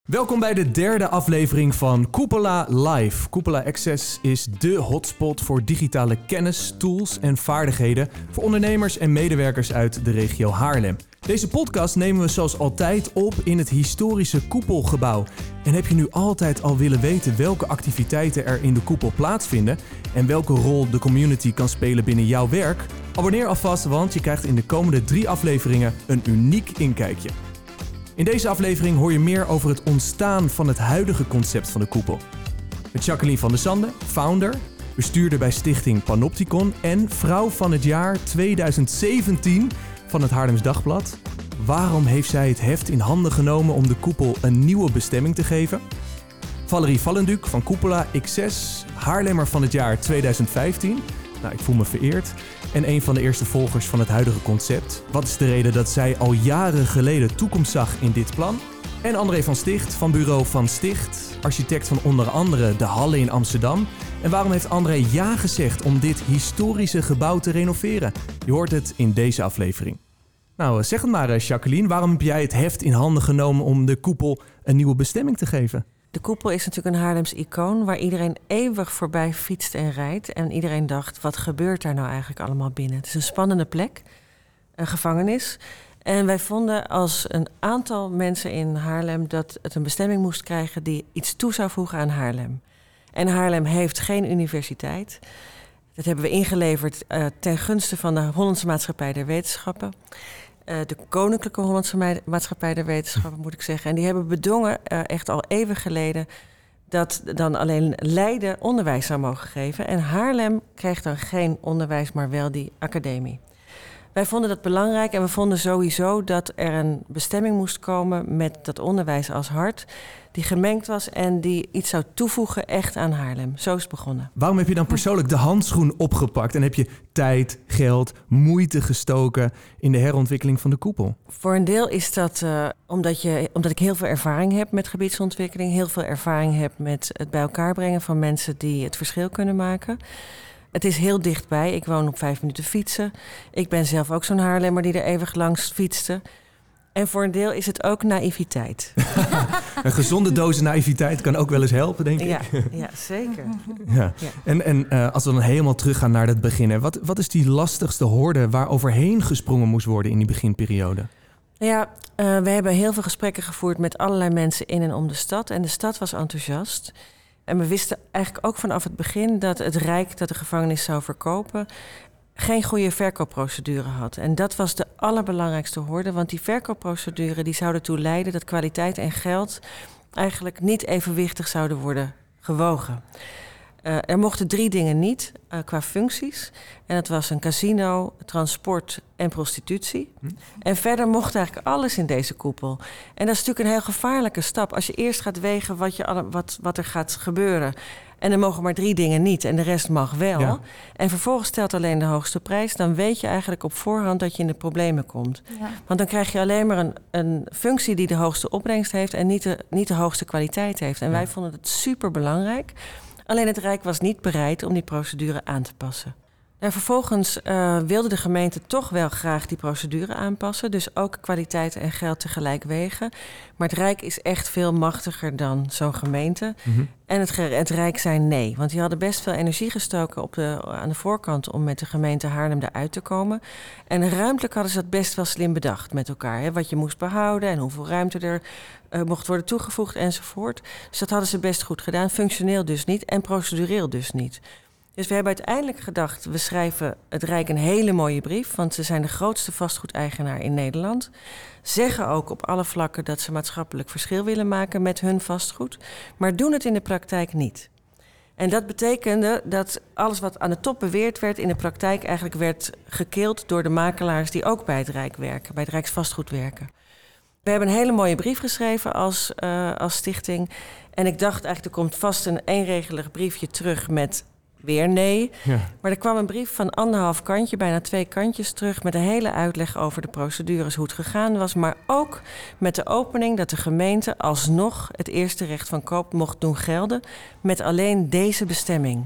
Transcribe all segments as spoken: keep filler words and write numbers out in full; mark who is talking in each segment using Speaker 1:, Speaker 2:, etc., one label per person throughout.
Speaker 1: Welkom bij de derde aflevering van Cupola Live. Cupola Access is dé hotspot voor digitale kennis, tools en vaardigheden voor ondernemers en medewerkers uit de regio Haarlem. Deze podcast nemen we zoals altijd op in het historische Koepelgebouw. En heb je nu altijd al willen weten welke activiteiten er in de Koepel plaatsvinden en welke rol de community kan spelen binnen jouw werk? Abonneer alvast, want je krijgt in de komende drie afleveringen een uniek inkijkje. In deze aflevering hoor je meer over het ontstaan van het huidige concept van de Koepel. Met Jacqueline van der Sande, founder, bestuurder bij stichting Panopticon en vrouw van het jaar tweeduizend zeventien van het Haarlems Dagblad. Waarom heeft zij het heft in handen genomen om de Koepel een nieuwe bestemming te geven? Valerie Vallenduc van Cupola X zes, Haarlemmer van het jaar tweeduizend vijftien. Nou, ik voel me vereerd. En een van de eerste volgers van het huidige concept. Wat is de reden dat zij al jaren geleden toekomst zag in dit plan? En André van Sticht van bureau Van Sticht, architect van onder andere de Halle in Amsterdam. En waarom heeft André ja gezegd om dit historische gebouw te renoveren? Je hoort het in deze aflevering. Nou, zeg het maar Jacqueline, waarom heb jij het heft in handen genomen om de Koepel een nieuwe bestemming te geven?
Speaker 2: De Koepel is natuurlijk een Haarlems icoon waar iedereen eeuwig voorbij fietst en rijdt. En iedereen dacht, wat gebeurt daar nou eigenlijk allemaal binnen? Het is een spannende plek, een gevangenis. En wij vonden als een aantal mensen in Haarlem dat het een bestemming moest krijgen die iets toe zou voegen aan Haarlem. En Haarlem heeft geen universiteit. Dat hebben we ingeleverd uh, ten gunste van de Hollandse Maatschappij der Wetenschappen. Uh, de Koninklijke Hollandse Maatschappij der Wetenschappen, moet ik zeggen. En die hebben bedongen, uh, echt al eeuwen geleden, dat dan alleen Leiden onderwijs zou mogen geven. En Haarlem kreeg dan geen onderwijs, maar wel die academie. Wij vonden dat belangrijk en we vonden sowieso dat er een bestemming moest komen met dat onderwijs als hart, die gemengd was en die iets zou toevoegen echt aan Haarlem. Zo is het begonnen.
Speaker 1: Waarom heb je dan persoonlijk de handschoen opgepakt en heb je tijd, geld, moeite gestoken in de herontwikkeling van de Koepel?
Speaker 2: Voor een deel is dat uh, omdat, je, omdat ik heel veel ervaring heb met gebiedsontwikkeling, heel veel ervaring heb met het bij elkaar brengen van mensen die het verschil kunnen maken. Het is heel dichtbij. Ik woon op vijf minuten fietsen. Ik ben zelf ook zo'n Haarlemmer die er eeuwig langs fietste. En voor een deel is het ook naïviteit.
Speaker 1: Een gezonde dosis naïviteit kan ook wel eens helpen, denk ik.
Speaker 2: Ja, ja zeker.
Speaker 1: Ja. Ja. En, en uh, als we dan helemaal teruggaan naar het begin. Hè, wat, wat is die lastigste horde waar overheen gesprongen moest worden in die beginperiode?
Speaker 2: Ja, uh, we hebben heel veel gesprekken gevoerd met allerlei mensen in en om de stad. En de stad was enthousiast. En we wisten eigenlijk ook vanaf het begin dat het Rijk dat de gevangenis zou verkopen geen goede verkoopprocedure had. En dat was de allerbelangrijkste horde, want die verkoopprocedure die zou ertoe leiden dat kwaliteit en geld eigenlijk niet evenwichtig zouden worden gewogen. Uh, er mochten drie dingen niet uh, qua functies. En dat was een casino, transport en prostitutie. Hm. En verder mocht eigenlijk alles in deze koepel. En dat is natuurlijk een heel gevaarlijke stap. Als je eerst gaat wegen wat, je, wat, wat er gaat gebeuren. En er mogen maar drie dingen niet en de rest mag wel. Ja. En vervolgens stelt alleen de hoogste prijs. Dan weet je eigenlijk op voorhand dat je in de problemen komt. Ja. Want dan krijg je alleen maar een, een functie die de hoogste opbrengst heeft en niet de, niet de hoogste kwaliteit heeft. En ja. wij vonden het super belangrijk. Alleen het Rijk was niet bereid om die procedure aan te passen. En vervolgens uh, wilde de gemeente toch wel graag die procedure aanpassen. Dus ook kwaliteit en geld tegelijk wegen. Maar het Rijk is echt veel machtiger dan zo'n gemeente. Mm-hmm. En het, het Rijk zei nee. Want die hadden best veel energie gestoken op de, aan de voorkant om met de gemeente Haarlem eruit te komen. En ruimtelijk hadden ze dat best wel slim bedacht met elkaar. Hè? Wat je moest behouden en hoeveel ruimte er uh, mocht worden toegevoegd enzovoort. Dus dat hadden ze best goed gedaan. Functioneel dus niet en procedureel dus niet. Dus we hebben uiteindelijk gedacht, we schrijven het Rijk een hele mooie brief, want ze zijn de grootste vastgoedeigenaar in Nederland. Zeggen ook op alle vlakken dat ze maatschappelijk verschil willen maken met hun vastgoed, maar doen het in de praktijk niet. En dat betekende dat alles wat aan de top beweerd werd in de praktijk eigenlijk werd gekeeld door de makelaars die ook bij het Rijk werken, bij het Rijksvastgoed werken. We hebben een hele mooie brief geschreven als, uh, als stichting. En ik dacht eigenlijk, er komt vast een eenregelig briefje terug met weer nee. Ja. Maar er kwam een brief van anderhalf kantje, bijna twee kantjes terug, met een hele uitleg over de procedures, hoe het gegaan was. Maar ook met de opening dat de gemeente alsnog het eerste recht van koop mocht doen gelden met alleen deze bestemming.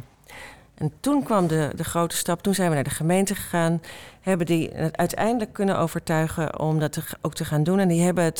Speaker 2: En toen kwam de, de grote stap, toen zijn we naar de gemeente gegaan, hebben die het uiteindelijk kunnen overtuigen om dat te, ook te gaan doen. En die hebben het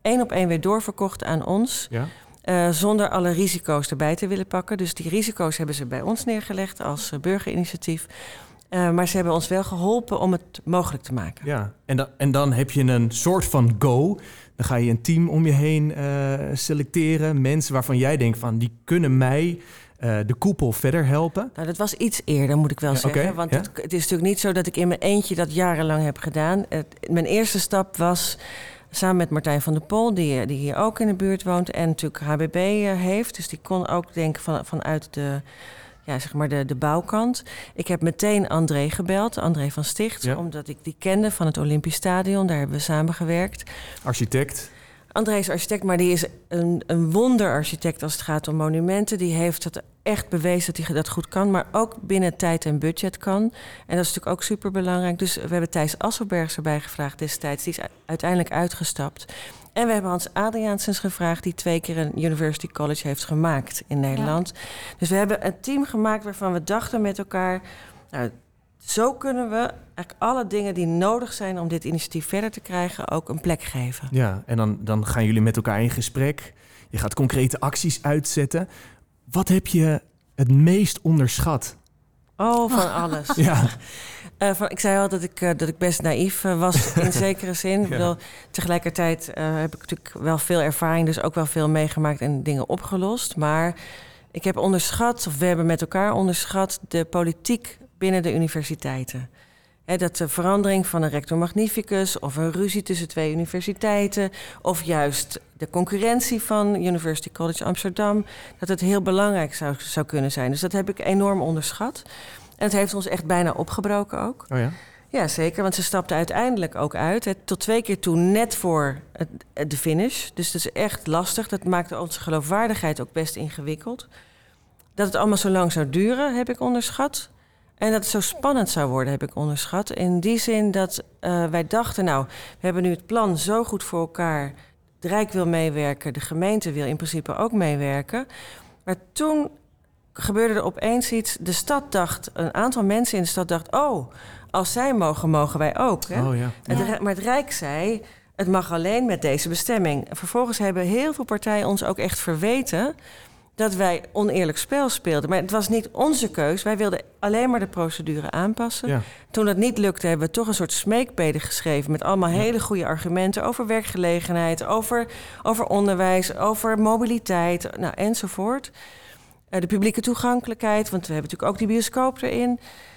Speaker 2: één op één weer doorverkocht aan ons.
Speaker 1: Ja.
Speaker 2: Uh, zonder alle risico's erbij te willen pakken. Dus die risico's hebben ze bij ons neergelegd als uh, burgerinitiatief. Uh, maar ze hebben ons wel geholpen om het mogelijk te maken.
Speaker 1: Ja, en dan, en dan heb je een soort van go. Dan ga je een team om je heen uh, selecteren. Mensen waarvan jij denkt van die kunnen mij uh, de koepel verder helpen.
Speaker 2: Nou, dat was iets eerder, moet ik wel
Speaker 1: ja,
Speaker 2: zeggen.
Speaker 1: Okay,
Speaker 2: want
Speaker 1: ja?
Speaker 2: het, het is natuurlijk niet zo dat ik in mijn eentje dat jarenlang heb gedaan. Het, mijn eerste stap was samen met Martijn van der Pol, die, die hier ook in de buurt woont en natuurlijk H B B uh, heeft. Dus die kon ook denken van, vanuit de, ja, zeg maar de, de bouwkant. Ik heb meteen André gebeld, André van Sticht, ja. omdat ik die kende van het Olympisch Stadion. Daar hebben we samen gewerkt.
Speaker 1: Architect.
Speaker 2: André is architect, maar die is een, een wonderarchitect als het gaat om monumenten. Die heeft het echt bewezen dat hij dat goed kan, maar ook binnen tijd en budget kan. En dat is natuurlijk ook superbelangrijk. Dus we hebben Thijs Asselbergs erbij gevraagd destijds. Die is uiteindelijk uitgestapt. En we hebben Hans Adriaansens gevraagd, die twee keer een University College heeft gemaakt in Nederland. Ja. Dus we hebben een team gemaakt waarvan we dachten met elkaar, nou, zo kunnen we eigenlijk alle dingen die nodig zijn om dit initiatief verder te krijgen ook een plek geven.
Speaker 1: Ja, en dan, dan gaan jullie met elkaar in gesprek. Je gaat concrete acties uitzetten. Wat heb je het meest onderschat?
Speaker 2: Oh, van alles.
Speaker 1: Ja.
Speaker 2: Uh, van, ik zei al dat ik, uh, dat ik best naïef uh, was in zekere zin. Ja. Ik bedoel, tegelijkertijd uh, heb ik natuurlijk wel veel ervaring, dus ook wel veel meegemaakt en dingen opgelost. Maar ik heb onderschat, of we hebben met elkaar onderschat, de politiek binnen de universiteiten. He, dat de verandering van een rector magnificus of een ruzie tussen twee universiteiten of juist de concurrentie van University College Amsterdam, dat het heel belangrijk zou, zou kunnen zijn. Dus dat heb ik enorm onderschat. En het heeft ons echt bijna opgebroken ook.
Speaker 1: Oh ja?
Speaker 2: Ja, zeker, want ze stapte uiteindelijk ook uit. Hè, tot twee keer toe net voor het, de finish. Dus dat is echt lastig. Dat maakte onze geloofwaardigheid ook best ingewikkeld. Dat het allemaal zo lang zou duren, heb ik onderschat. En dat het zo spannend zou worden, heb ik onderschat. In die zin dat uh, wij dachten, nou, we hebben nu het plan zo goed voor elkaar. Het Rijk wil meewerken, de gemeente wil in principe ook meewerken. Maar toen gebeurde er opeens iets. De stad dacht, een aantal mensen in de stad dacht, oh, als zij mogen, mogen wij ook. Hè?
Speaker 1: Oh, ja.
Speaker 2: Het,
Speaker 3: Ja.
Speaker 2: maar het Rijk zei, het mag alleen met deze bestemming. Vervolgens hebben heel veel partijen ons ook echt verweten dat wij oneerlijk spel speelden. Maar het was niet onze keus. Wij wilden alleen maar de procedure aanpassen.
Speaker 1: Ja.
Speaker 2: Toen dat niet lukte, hebben we toch een soort smeekbede geschreven met allemaal
Speaker 1: Ja.
Speaker 2: hele goede argumenten over werkgelegenheid, over, over onderwijs, over mobiliteit, nou, enzovoort. Uh, de publieke toegankelijkheid, want we hebben natuurlijk ook die bioscoop erin.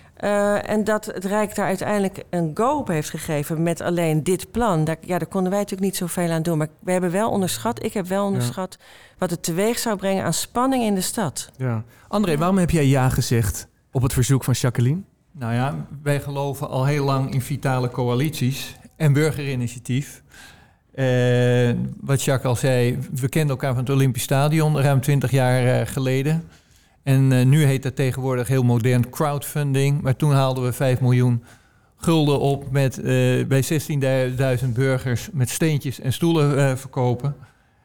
Speaker 2: Uh, en dat het Rijk daar uiteindelijk een go op heeft gegeven met alleen dit plan. Daar, ja, daar konden wij natuurlijk niet zoveel aan doen. Maar we hebben wel onderschat, ik heb wel onderschat, ja, wat het teweeg zou brengen aan spanning in de stad.
Speaker 1: Ja. André, waarom heb jij ja gezegd op het verzoek van Jacqueline?
Speaker 3: Nou ja, wij geloven al heel lang in vitale coalities en burgerinitiatief. Uh, wat Jacques al zei, we kenden elkaar van het Olympisch Stadion ruim twintig jaar uh, geleden. En uh, nu heet dat tegenwoordig heel modern crowdfunding. Maar toen haalden we vijf miljoen gulden op met, uh, bij zestienduizend burgers met steentjes en stoelen uh, verkopen.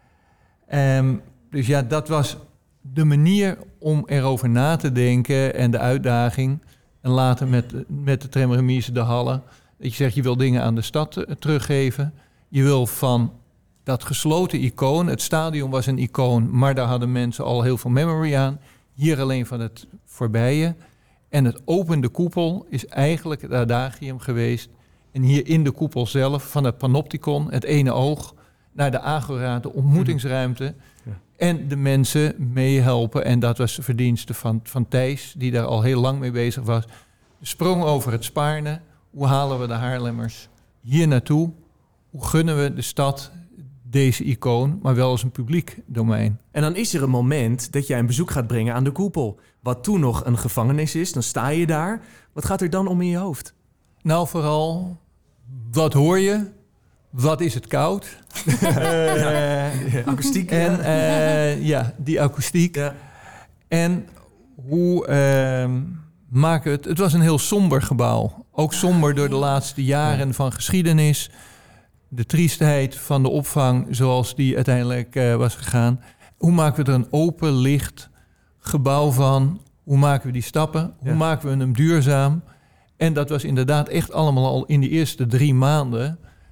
Speaker 3: Um, dus ja, dat was de manier om erover na te denken en de uitdaging. En later met, met de tramremise de Halle. Dat je zegt, je wil dingen aan de stad uh, teruggeven. Je wil van dat gesloten icoon, het stadion was een icoon, maar daar hadden mensen al heel veel memory aan. Hier alleen van het voorbije. En het opende koepel is eigenlijk het adagium geweest. En hier in de koepel zelf, van het panopticon, het ene oog, naar de agora, de ontmoetingsruimte. Ja. En de mensen meehelpen. En dat was de verdienste van, van Thijs, die daar al heel lang mee bezig was. De sprong over het Spaarne. Hoe halen we de Haarlemmers hier naartoe? Hoe gunnen we de stad deze icoon, maar wel als een publiek domein?
Speaker 1: En dan is er een moment dat jij een bezoek gaat brengen aan de koepel. Wat toen nog een gevangenis is, dan sta je daar. Wat gaat er dan om in je hoofd?
Speaker 3: Nou, vooral, wat hoor je? Wat is het koud? uh,
Speaker 1: ja, akoestiek.
Speaker 3: En uh, ja, die akoestiek.
Speaker 1: Ja.
Speaker 3: En hoe uh, maken we het? Het was een heel somber gebouw. Ook somber door de laatste jaren ja. van geschiedenis. De triestheid van de opvang zoals die uiteindelijk uh, was gegaan. Hoe maken we er een open, licht gebouw van? Hoe maken we die stappen? Hoe ja. maken we hem duurzaam? En dat was inderdaad echt allemaal al in de eerste drie maanden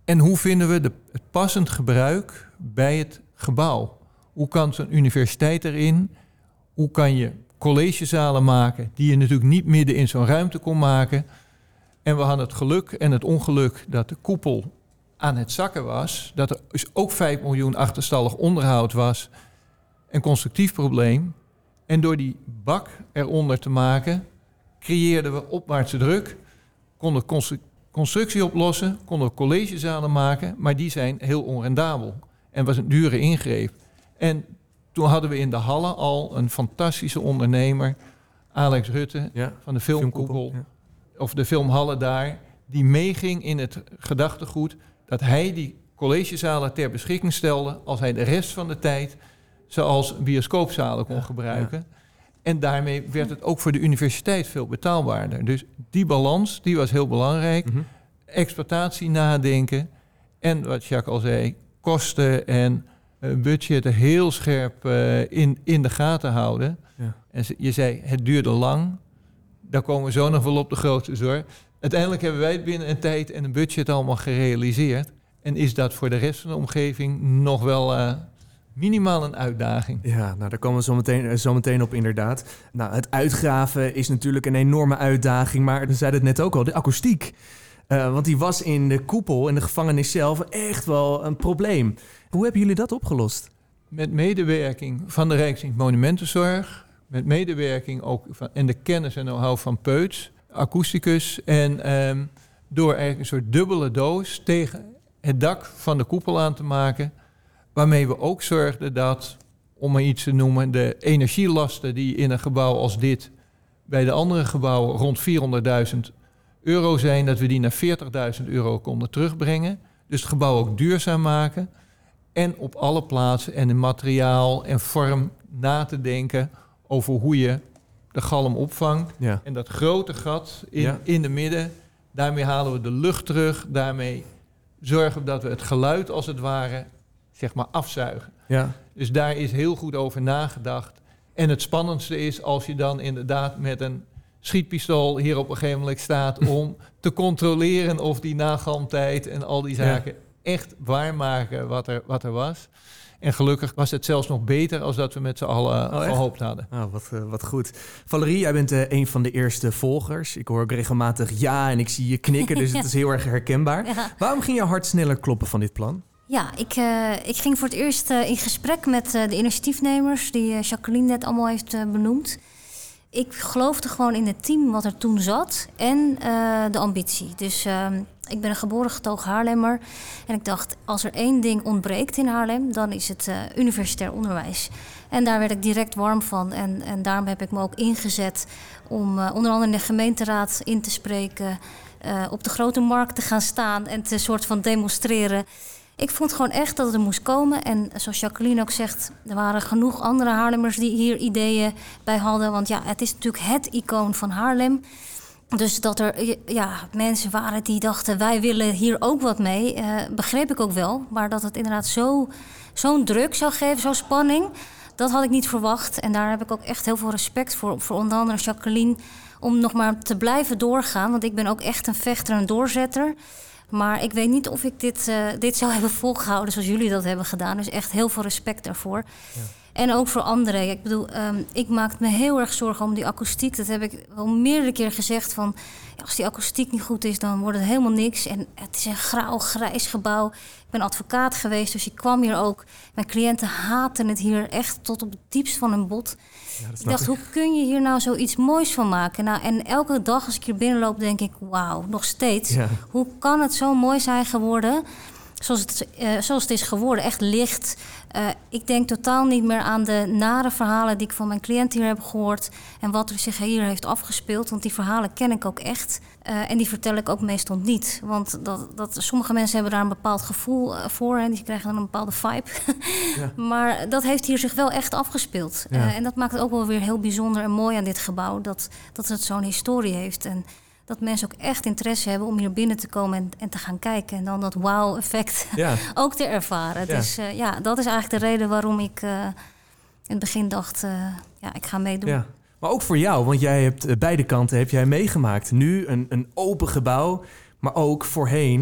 Speaker 3: En hoe vinden we de, het passend gebruik bij het gebouw? Hoe kan zo'n universiteit erin? Hoe kan je collegezalen maken die je natuurlijk niet midden in zo'n ruimte kon maken? En we hadden het geluk en het ongeluk dat de koepel aan het zakken was. Dat er dus ook vijf miljoen achterstallig onderhoud was. Een constructief probleem. En door die bak eronder te maken, creëerden we opwaartse druk. Konden constru- constructie oplossen, konden we collegezalen maken. Maar die zijn heel onrendabel. En was een dure ingreep. En toen hadden we in de Hallen al een fantastische ondernemer, Alex Rutte, ja, van de Filmkoepel, ja. of de Filmhallen daar, die meeging in het gedachtegoed dat hij die collegezalen ter beschikking stelde als hij de rest van de tijd zoals bioscoopzalen kon ja, gebruiken. Ja. En daarmee werd het ook voor de universiteit veel betaalbaarder. Dus die balans, die was heel belangrijk. Mm-hmm. Exploitatie nadenken en wat Jacques al zei, kosten en uh, budgetten heel scherp uh, in, in de gaten houden. Ja. En je zei, het duurde lang. Daar komen we zo nog wel op de grootste zorg. Uiteindelijk hebben wij het binnen een tijd en een budget allemaal gerealiseerd. En is dat voor de rest van de omgeving nog wel uh, minimaal een uitdaging.
Speaker 1: Ja, nou daar komen we zo meteen, zo meteen op inderdaad. Nou, het uitgraven is natuurlijk een enorme uitdaging. Maar we zeiden het net ook al, de akoestiek. Uh, want die was in de koepel, in de gevangenis zelf, echt wel een probleem. Hoe hebben jullie dat opgelost?
Speaker 3: Met medewerking van de Rijksdienst Monumentenzorg. Met medewerking ook van, en de kennis en know-how van Peuts, akoesticus. En um, door eigenlijk een soort dubbele doos tegen het dak van de koepel aan te maken. Waarmee we ook zorgden dat, om maar iets te noemen, de energielasten die in een gebouw als dit bij de andere gebouwen rond vierhonderdduizend euro zijn, dat we die naar veertigduizend euro konden terugbrengen. Dus het gebouw ook duurzaam maken. En op alle plaatsen en in materiaal en vorm na te denken over hoe je de galm opvangt. Ja. En dat grote gat in, ja. in de midden, daarmee halen we de lucht terug. Daarmee zorgen we dat we het geluid als het ware zeg maar afzuigen. Ja. Dus daar is heel goed over nagedacht. En het spannendste is als je dan inderdaad met een schietpistool hier op een gegeven moment staat om te controleren of die nagalmtijd en al die zaken ja. echt waarmaken wat er, wat er was. En gelukkig was het zelfs nog beter als dat we met z'n allen oh, gehoopt hadden.
Speaker 1: Oh, wat, uh, wat goed. Valerie, jij bent uh, een van de eerste volgers. Ik hoor ook regelmatig ja en ik zie je knikken, dus het is heel erg herkenbaar. Ja. Waarom ging je hart sneller kloppen van dit plan?
Speaker 4: Ja, ik, uh, ik ging voor het eerst uh, in gesprek met uh, de initiatiefnemers die uh, Jacqueline net allemaal heeft uh, benoemd. Ik geloofde gewoon in het team wat er toen zat en uh, de ambitie. Dus uh, ik ben een geboren getogen Haarlemmer. En ik dacht, als er één ding ontbreekt in Haarlem, dan is het uh, universitair onderwijs. En daar werd ik direct warm van. En, en daarom heb ik me ook ingezet om uh, onder andere in de gemeenteraad in te spreken, Uh, op de grote markt te gaan staan en te soort van demonstreren. Ik vond gewoon echt dat het er moest komen. En zoals Jacqueline ook zegt, er waren genoeg andere Haarlemmers die hier ideeën bij hadden. Want ja, het is natuurlijk het icoon van Haarlem. Dus dat er ja, mensen waren die dachten, wij willen hier ook wat mee. Uh, begreep ik ook wel. Maar dat het inderdaad zo, zo'n druk zou geven, zo'n spanning, dat had ik niet verwacht. En daar heb ik ook echt heel veel respect voor. Voor onder andere Jacqueline, om nog maar te blijven doorgaan. Want ik ben ook echt een vechter en een doorzetter. Maar ik weet niet of ik dit, uh, dit zou hebben volgehouden zoals jullie dat hebben gedaan. Dus echt heel veel respect daarvoor. Ja. En ook voor anderen. Ik bedoel, um, ik maak me heel erg zorgen om die akoestiek. Dat heb ik wel meerdere keren gezegd. Van, ja, als die akoestiek niet goed is, dan wordt het helemaal niks. En het is een grauw, grijs gebouw. Ik ben advocaat geweest, dus ik kwam hier ook. Mijn cliënten haten het hier echt tot op het diepst van hun bot. Ja, ik dacht, ik. hoe kun je hier nou zoiets moois van maken? Nou, en elke dag als ik hier binnenloop, denk ik, wauw, nog steeds. Ja. Hoe kan het zo mooi zijn geworden? Zoals het, uh, zoals het is geworden, echt licht. Uh, ik denk totaal niet meer aan de nare verhalen die ik van mijn cliënten hier heb gehoord en wat er zich hier heeft afgespeeld. Want die verhalen ken ik ook echt. Uh, en die vertel ik ook meestal niet. Want dat, dat, sommige mensen hebben daar een bepaald gevoel uh, voor en die krijgen dan een bepaalde vibe. Ja. Maar dat heeft hier zich wel echt afgespeeld. Ja. Uh, en dat maakt het ook wel weer heel bijzonder en mooi aan dit gebouw, dat, dat het zo'n historie heeft. En dat mensen ook echt interesse hebben om hier binnen te komen en, en te gaan kijken. En dan dat wow-effect ja. ook te ervaren. Ja. Dus uh, ja, dat is eigenlijk de reden waarom ik uh, in het begin dacht, uh, ja, ik ga meedoen. Ja.
Speaker 1: Maar ook voor jou, want jij hebt beide kanten heb jij meegemaakt. Nu een, een open gebouw, maar ook voorheen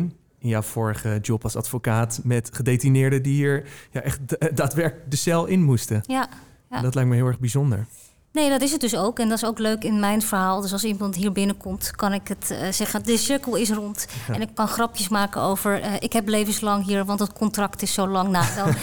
Speaker 1: in jouw vorige job als advocaat met gedetineerden die hier ja, echt daadwerkelijk de cel in moesten.
Speaker 4: Ja, ja.
Speaker 1: Dat lijkt me heel erg bijzonder.
Speaker 4: Nee, dat is het dus ook. En dat is ook leuk in mijn verhaal. Dus als iemand hier binnenkomt, kan ik het uh, zeggen... de cirkel is rond. Ja. En ik kan grapjes maken over... Uh, ik heb levenslang hier, want het contract is zo lang. Nou, dan,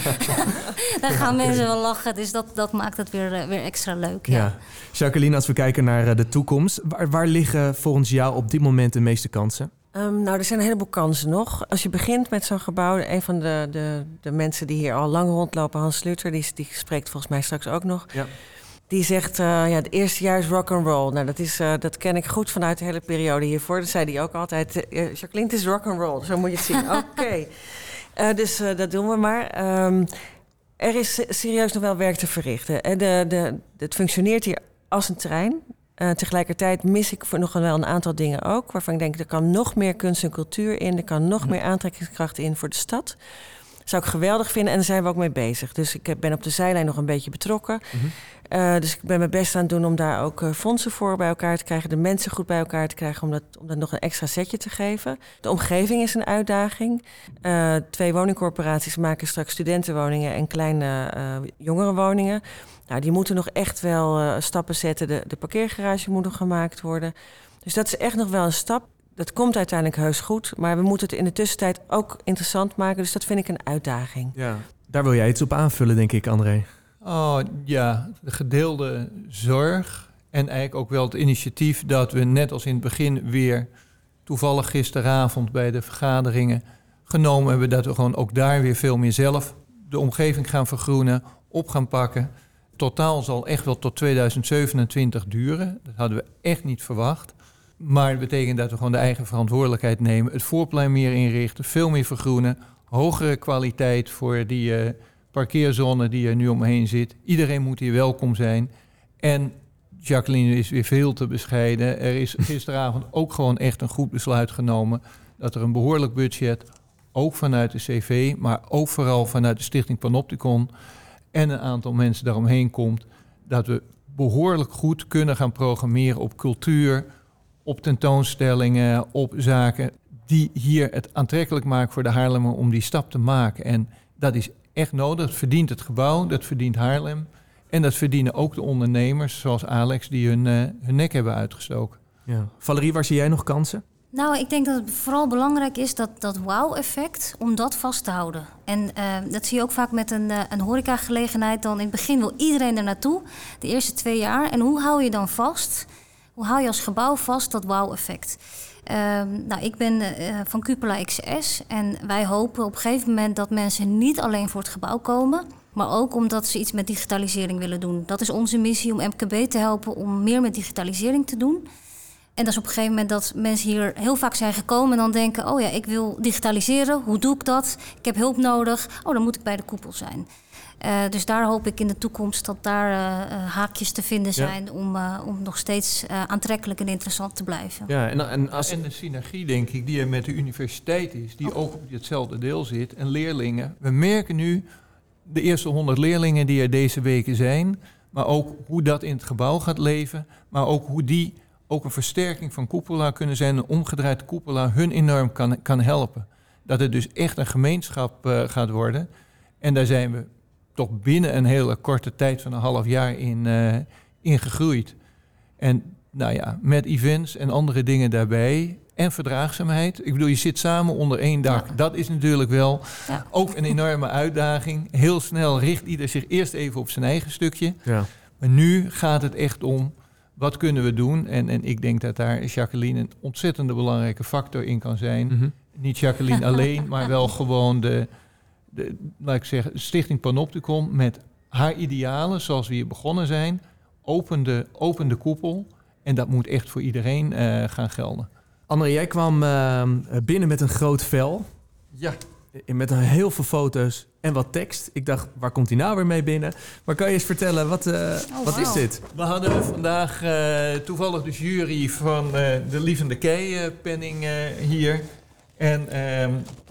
Speaker 4: dan gaan mensen wel lachen. Dus dat, dat maakt het weer, uh, weer extra leuk. Ja. Ja.
Speaker 1: Jacqueline, als we kijken naar uh, de toekomst... Waar, waar liggen volgens jou op dit moment de meeste kansen?
Speaker 2: Um, nou, er zijn een heleboel kansen nog. Als je begint met zo'n gebouw... een van de, de, de mensen die hier al lang rondlopen... Hans Sluter, die, die spreekt volgens mij straks ook nog... Ja. Die zegt, uh, ja, het eerste jaar is rock and roll. Nou, dat, is, uh, dat ken ik goed vanuit de hele periode hiervoor. Dat zei hij ook altijd. Uh, Jacqueline, het is rock and roll. Zo moet je het zien. Oké. Okay. Uh, dus uh, dat doen we maar. Um, er is serieus nog wel werk te verrichten. En de, de, het functioneert hier als een trein. Uh, tegelijkertijd mis ik voor nog wel een aantal dingen ook... waarvan ik denk, er kan nog meer kunst en cultuur in... er kan nog meer aantrekkingskracht in voor de stad... Dat zou ik geweldig vinden en daar zijn we ook mee bezig. Dus ik ben op de zijlijn nog een beetje betrokken. Mm-hmm. Uh, dus ik ben mijn best aan het doen om daar ook uh, fondsen voor bij elkaar te krijgen. De mensen goed bij elkaar te krijgen om dat, om dat nog een extra setje te geven. De omgeving is een uitdaging. Uh, twee woningcorporaties maken straks studentenwoningen en kleine uh, jongerenwoningen. Nou, die moeten nog echt wel uh, stappen zetten. De, de parkeergarage moet nog gemaakt worden. Dus dat is echt nog wel een stap. Dat komt uiteindelijk heus goed, maar we moeten het in de tussentijd ook interessant maken. Dus dat vind ik een uitdaging.
Speaker 1: Ja, daar wil jij iets op aanvullen, denk ik, André.
Speaker 3: Oh ja, de gedeelde zorg en eigenlijk ook wel het initiatief dat we net als in het begin weer toevallig gisteravond bij de vergaderingen genomen hebben, dat we gewoon ook daar weer veel meer zelf de omgeving gaan vergroenen, op gaan pakken. Totaal zal echt wel tot tweeduizend zevenentwintig duren. Dat hadden we echt niet verwacht. Maar het betekent dat we gewoon de eigen verantwoordelijkheid nemen. Het voorplein meer inrichten, veel meer vergroenen. Hogere kwaliteit voor die uh, parkeerzone die er nu omheen zit. Iedereen moet hier welkom zijn. En Jacqueline is weer veel te bescheiden. Er is gisteravond ook gewoon echt een goed besluit genomen... dat er een behoorlijk budget, ook vanuit de C V... maar ook vooral vanuit de Stichting Panopticon... en een aantal mensen daaromheen komt... dat we behoorlijk goed kunnen gaan programmeren op cultuur... op tentoonstellingen, op zaken die hier het aantrekkelijk maken voor de Haarlemmer om die stap te maken. En dat is echt nodig. Dat verdient het gebouw, dat verdient Haarlem. En dat verdienen ook de ondernemers, zoals Alex, die hun, uh, hun nek hebben uitgestoken.
Speaker 1: Ja. Valerie, waar zie jij nog kansen?
Speaker 4: Nou, ik denk dat het vooral belangrijk is dat dat wow-effect, om dat vast te houden. En uh, dat zie je ook vaak met een, uh, een horecagelegenheid. Dan in het begin wil iedereen er naartoe, de eerste twee jaar. En hoe hou je dan vast... Hoe hou je als gebouw vast dat wow-effect? Uh, nou, ik ben uh, van Cupola X S en wij hopen op een gegeven moment dat mensen niet alleen voor het gebouw komen, maar ook omdat ze iets met digitalisering willen doen. Dat is onze missie om M K B te helpen om meer met digitalisering te doen. En dat is op een gegeven moment dat mensen hier heel vaak zijn gekomen en dan denken, oh ja, ik wil digitaliseren, hoe doe ik dat? Ik heb hulp nodig, oh, dan moet ik bij de koepel zijn. Uh, dus daar hoop ik in de toekomst dat daar uh, uh, haakjes te vinden zijn... Ja. Om, uh, om nog steeds uh, aantrekkelijk en interessant te blijven.
Speaker 3: Ja, en, en, als... en de synergie, denk ik, die er met de universiteit is... die oh. ook op hetzelfde deel zit. En leerlingen. We merken nu de eerste honderd leerlingen die er deze weken zijn... maar ook hoe dat in het gebouw gaat leven... maar ook hoe die ook een versterking van Cupola kunnen zijn... een omgedraaid Cupola hun enorm kan, kan helpen. Dat het dus echt een gemeenschap uh, gaat worden. En daar zijn we... toch binnen een hele korte tijd van een half jaar in, uh, in gegroeid. En nou ja, met events en andere dingen daarbij. En verdraagzaamheid. Ik bedoel, je zit samen onder één dak. Ja. Dat is natuurlijk wel ja. ook een enorme uitdaging. Heel snel richt ieder zich eerst even op zijn eigen stukje. Ja. Maar nu gaat het echt om, wat kunnen we doen? En, en ik denk dat daar Jacqueline een ontzettende belangrijke factor in kan zijn. Mm-hmm. Niet Jacqueline alleen, maar wel gewoon de... De, laat ik zeggen, Stichting Panopticon met haar idealen, zoals we hier begonnen zijn, open de, open de koepel. En dat moet echt voor iedereen uh, gaan gelden.
Speaker 1: André, jij kwam uh, binnen met een groot vel.
Speaker 3: Ja.
Speaker 1: Met een heel veel foto's en wat tekst. Ik dacht, waar komt hij nou weer mee binnen? Maar kan je eens vertellen, wat, uh, oh, wat wow. is dit?
Speaker 3: We hadden vandaag uh, toevallig de jury van uh, de Lievende Kei-penning uh, hier. En... Uh,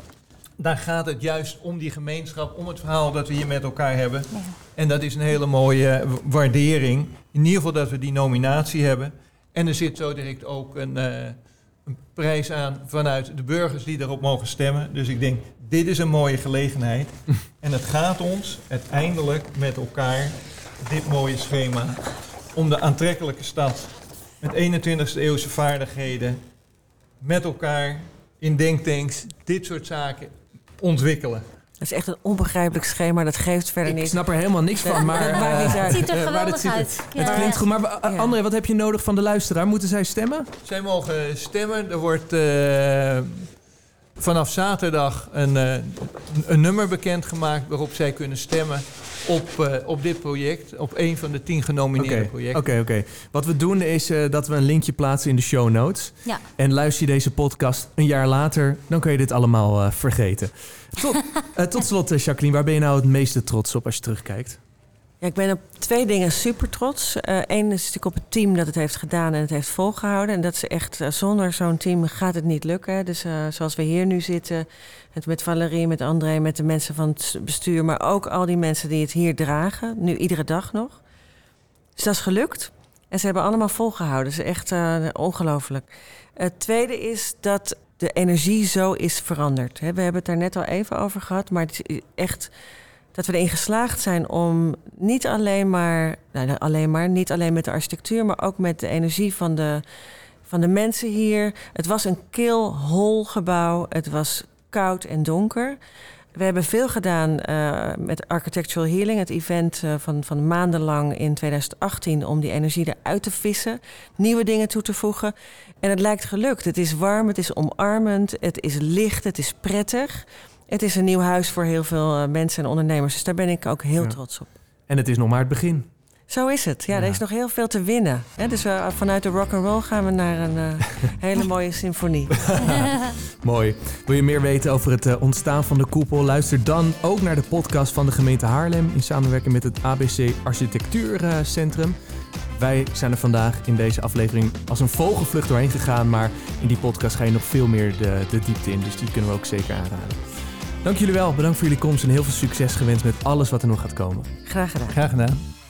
Speaker 3: daar gaat het juist om die gemeenschap, om het verhaal dat we hier met elkaar hebben. Ja. En dat is een hele mooie waardering. In ieder geval dat we die nominatie hebben. En er zit zo direct ook een, uh, een prijs aan vanuit de burgers die daarop mogen stemmen. Dus ik denk, dit is een mooie gelegenheid. En het gaat ons uiteindelijk met elkaar, dit mooie schema, om de aantrekkelijke stad met eenentwintigste eeuwse vaardigheden, met elkaar in denktanks, dit soort zaken ontwikkelen.
Speaker 2: Dat is echt een onbegrijpelijk schema, dat geeft verder
Speaker 1: Ik
Speaker 2: niet.
Speaker 1: snap er helemaal niks van, maar...
Speaker 2: Dat maakt niet
Speaker 1: uh,
Speaker 2: uit.
Speaker 4: Het ziet er
Speaker 1: uh, maar
Speaker 4: geweldig
Speaker 1: het ziet er-
Speaker 4: uit.
Speaker 1: Het
Speaker 4: Ja.
Speaker 1: klinkt goed, maar uh,
Speaker 2: Ja.
Speaker 1: André, wat heb je nodig van de luisteraar? Moeten zij stemmen?
Speaker 3: Zij mogen stemmen. Er wordt uh, vanaf zaterdag een, uh, een nummer bekendgemaakt waarop zij kunnen stemmen op, uh, op dit project. Op een van de tien genomineerde
Speaker 1: Oké,
Speaker 3: projecten.
Speaker 1: oké, oké. Wat we doen is uh, dat we een linkje plaatsen in de show notes.
Speaker 4: Ja.
Speaker 1: En luister je deze podcast een jaar later, dan kun je dit allemaal uh, vergeten. Tot, uh, tot slot, uh, Jacqueline, waar ben je nou het meeste trots op als je terugkijkt?
Speaker 2: Ja, ik ben op twee dingen super trots. Eén uh, is natuurlijk op het team dat het heeft gedaan en het heeft volgehouden. En dat is echt, uh, zonder zo'n team gaat het niet lukken. Dus uh, zoals we hier nu zitten, het met Valerie, met André, met de mensen van het bestuur, maar ook al die mensen die het hier dragen, nu iedere dag nog. Dus dat is gelukt. En ze hebben allemaal volgehouden. Dat is echt uh, ongelooflijk. Het tweede is dat de energie zo is veranderd. He, we hebben het daar net al even over gehad, maar het is echt dat we erin geslaagd zijn om niet alleen maar, nou, alleen maar, niet alleen met de architectuur, maar ook met de energie van de, van de mensen hier. Het was een kil, hol gebouw. Het was koud en donker. We hebben veel gedaan uh, met Architectural Healing, het event uh, van, van maandenlang in twintig achttien, om die energie eruit te vissen, nieuwe dingen toe te voegen. En het lijkt gelukt. Het is warm, het is omarmend, het is licht, het is prettig. Het is een nieuw huis voor heel veel uh, mensen en ondernemers. Dus daar ben ik ook heel
Speaker 1: Ja.
Speaker 2: trots op.
Speaker 1: En het is nog maar het begin.
Speaker 2: Zo is het. Ja,
Speaker 1: Ja.
Speaker 2: er is nog heel veel te winnen. Hè? Dus uh, vanuit de rock and roll gaan we naar een uh, hele mooie symfonie.
Speaker 1: Mooi. Wil je meer weten over het uh, ontstaan van de koepel? Luister dan ook naar de podcast van de gemeente Haarlem in samenwerking met het A B C Architectuurcentrum. Wij zijn er vandaag in deze aflevering als een vogelvlucht doorheen gegaan, maar in die podcast ga je nog veel meer de, de diepte in. Dus die kunnen we ook zeker aanraden. Dank jullie wel. Bedankt voor jullie komst en heel veel succes gewenst met alles wat er nog gaat komen.
Speaker 2: Graag gedaan.
Speaker 3: Graag gedaan.